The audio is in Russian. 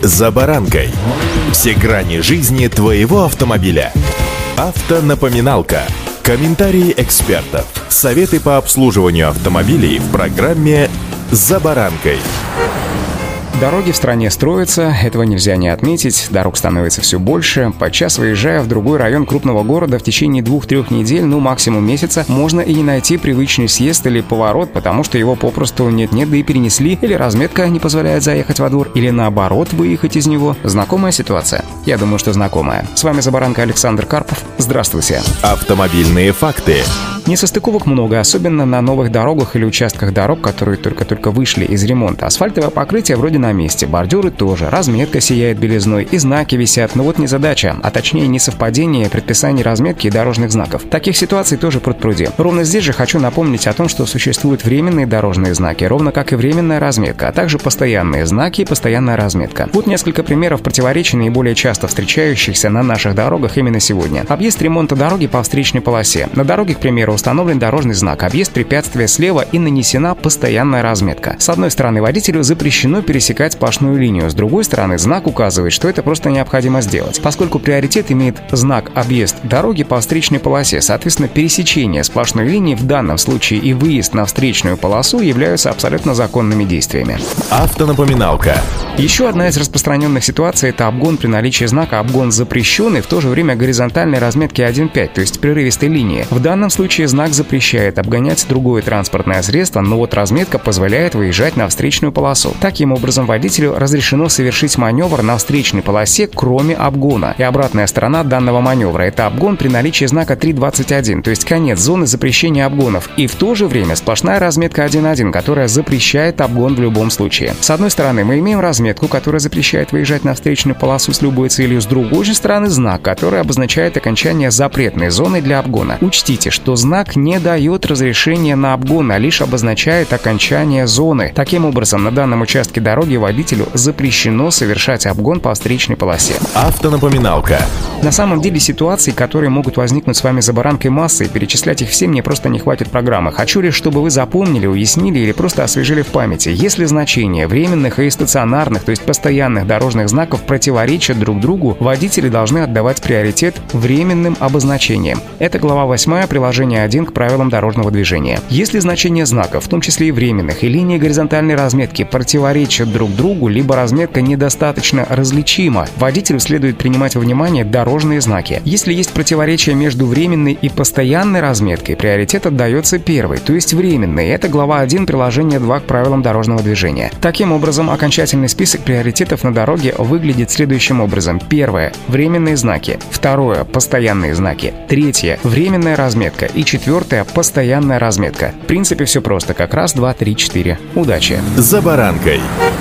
«За баранкой». Все грани жизни твоего автомобиля. Автонапоминалка. Комментарии экспертов. Советы по обслуживанию автомобилей в программе «За баранкой». Дороги в стране строятся, этого нельзя не отметить, дорог становится все больше. Подчас, выезжая в другой район крупного города в течение 2-3 недель, максимум месяца, можно и не найти привычный съезд или поворот, потому что его попросту нет-нет, да и перенесли, или разметка не позволяет заехать во двор, или наоборот выехать из него. Знакомая ситуация? Я думаю, что знакомая. С вами «За баранкой» Александр Карпов. Здравствуйте. Автомобильные факты. Несостыковок много, особенно на новых дорогах или участках дорог, которые только-только вышли из ремонта. Асфальтовое покрытие вроде на месте, бордюры тоже, разметка сияет белизной и знаки висят, но вот незадача, а точнее несовпадение предписаний разметки и дорожных знаков. Таких ситуаций тоже пруд-пруди. Ровно здесь же хочу напомнить о том, что существуют временные дорожные знаки, ровно как и временная разметка, а также постоянные знаки и постоянная разметка. Вот несколько примеров противоречий, наиболее часто встречающихся на наших дорогах именно сегодня. Объезд ремонта дороги по встречной полосе. На дороге, к примеру, установлен дорожный знак «Объезд препятствия слева» и нанесена постоянная разметка. С одной стороны, водителю запрещено пересекать сплошную линию, с другой стороны, знак указывает, что это просто необходимо сделать. Поскольку приоритет имеет знак «Объезд дороги по встречной полосе», соответственно, пересечение сплошной линии в данном случае и выезд на встречную полосу являются абсолютно законными действиями. Автонапоминалка. Еще одна из распространенных ситуаций – это обгон при наличии знака «Обгон запрещенный», в то же время горизонтальной разметки 1.5, то есть прерывистой линии. В данном случае знак запрещает обгонять другое транспортное средство, но вот разметка позволяет выезжать на встречную полосу. Таким образом, водителю разрешено совершить маневр на встречной полосе, кроме обгона. И обратная сторона данного маневра – это обгон при наличии знака 3.21, то есть конец зоны запрещения обгонов. И в то же время сплошная разметка 1.1, которая запрещает обгон в любом случае. С одной стороны, мы имеем разметку, которая запрещает выезжать на встречную полосу с любой целью. С другой же стороны, знак, который обозначает окончание запретной зоны для обгона. Учтите, что знак не дает разрешения на обгон, а лишь обозначает окончание зоны. Таким образом, на данном участке дороги водителю запрещено совершать обгон по встречной полосе. Автонапоминалка. На самом деле ситуаций, которые могут возникнуть с вами за баранкой, массы, и перечислять их все мне просто не хватит программы. Хочу лишь, чтобы вы запомнили, уяснили или просто освежили в памяти. Если значения временных и стационарных, то есть постоянных дорожных знаков противоречат друг другу, водители должны отдавать приоритет временным обозначениям. Это глава 8, приложение 1 к правилам дорожного движения. Если значения знаков, в том числе и временных, и линии горизонтальной разметки противоречат друг другу, либо разметка недостаточно различима, водителю следует принимать во внимание дорожные знаки. Если есть противоречие между временной и постоянной разметкой, приоритет отдается первой, то есть временной. Это глава 1, приложение 2 к правилам дорожного движения. Таким образом, окончательный список приоритетов на дороге выглядит следующим образом. Первое – временные знаки. Второе – постоянные знаки. Третье – временная разметка. И четвертое – постоянная разметка. В принципе, все просто. Как раз, 2, 3, 4. Удачи! «За баранкой».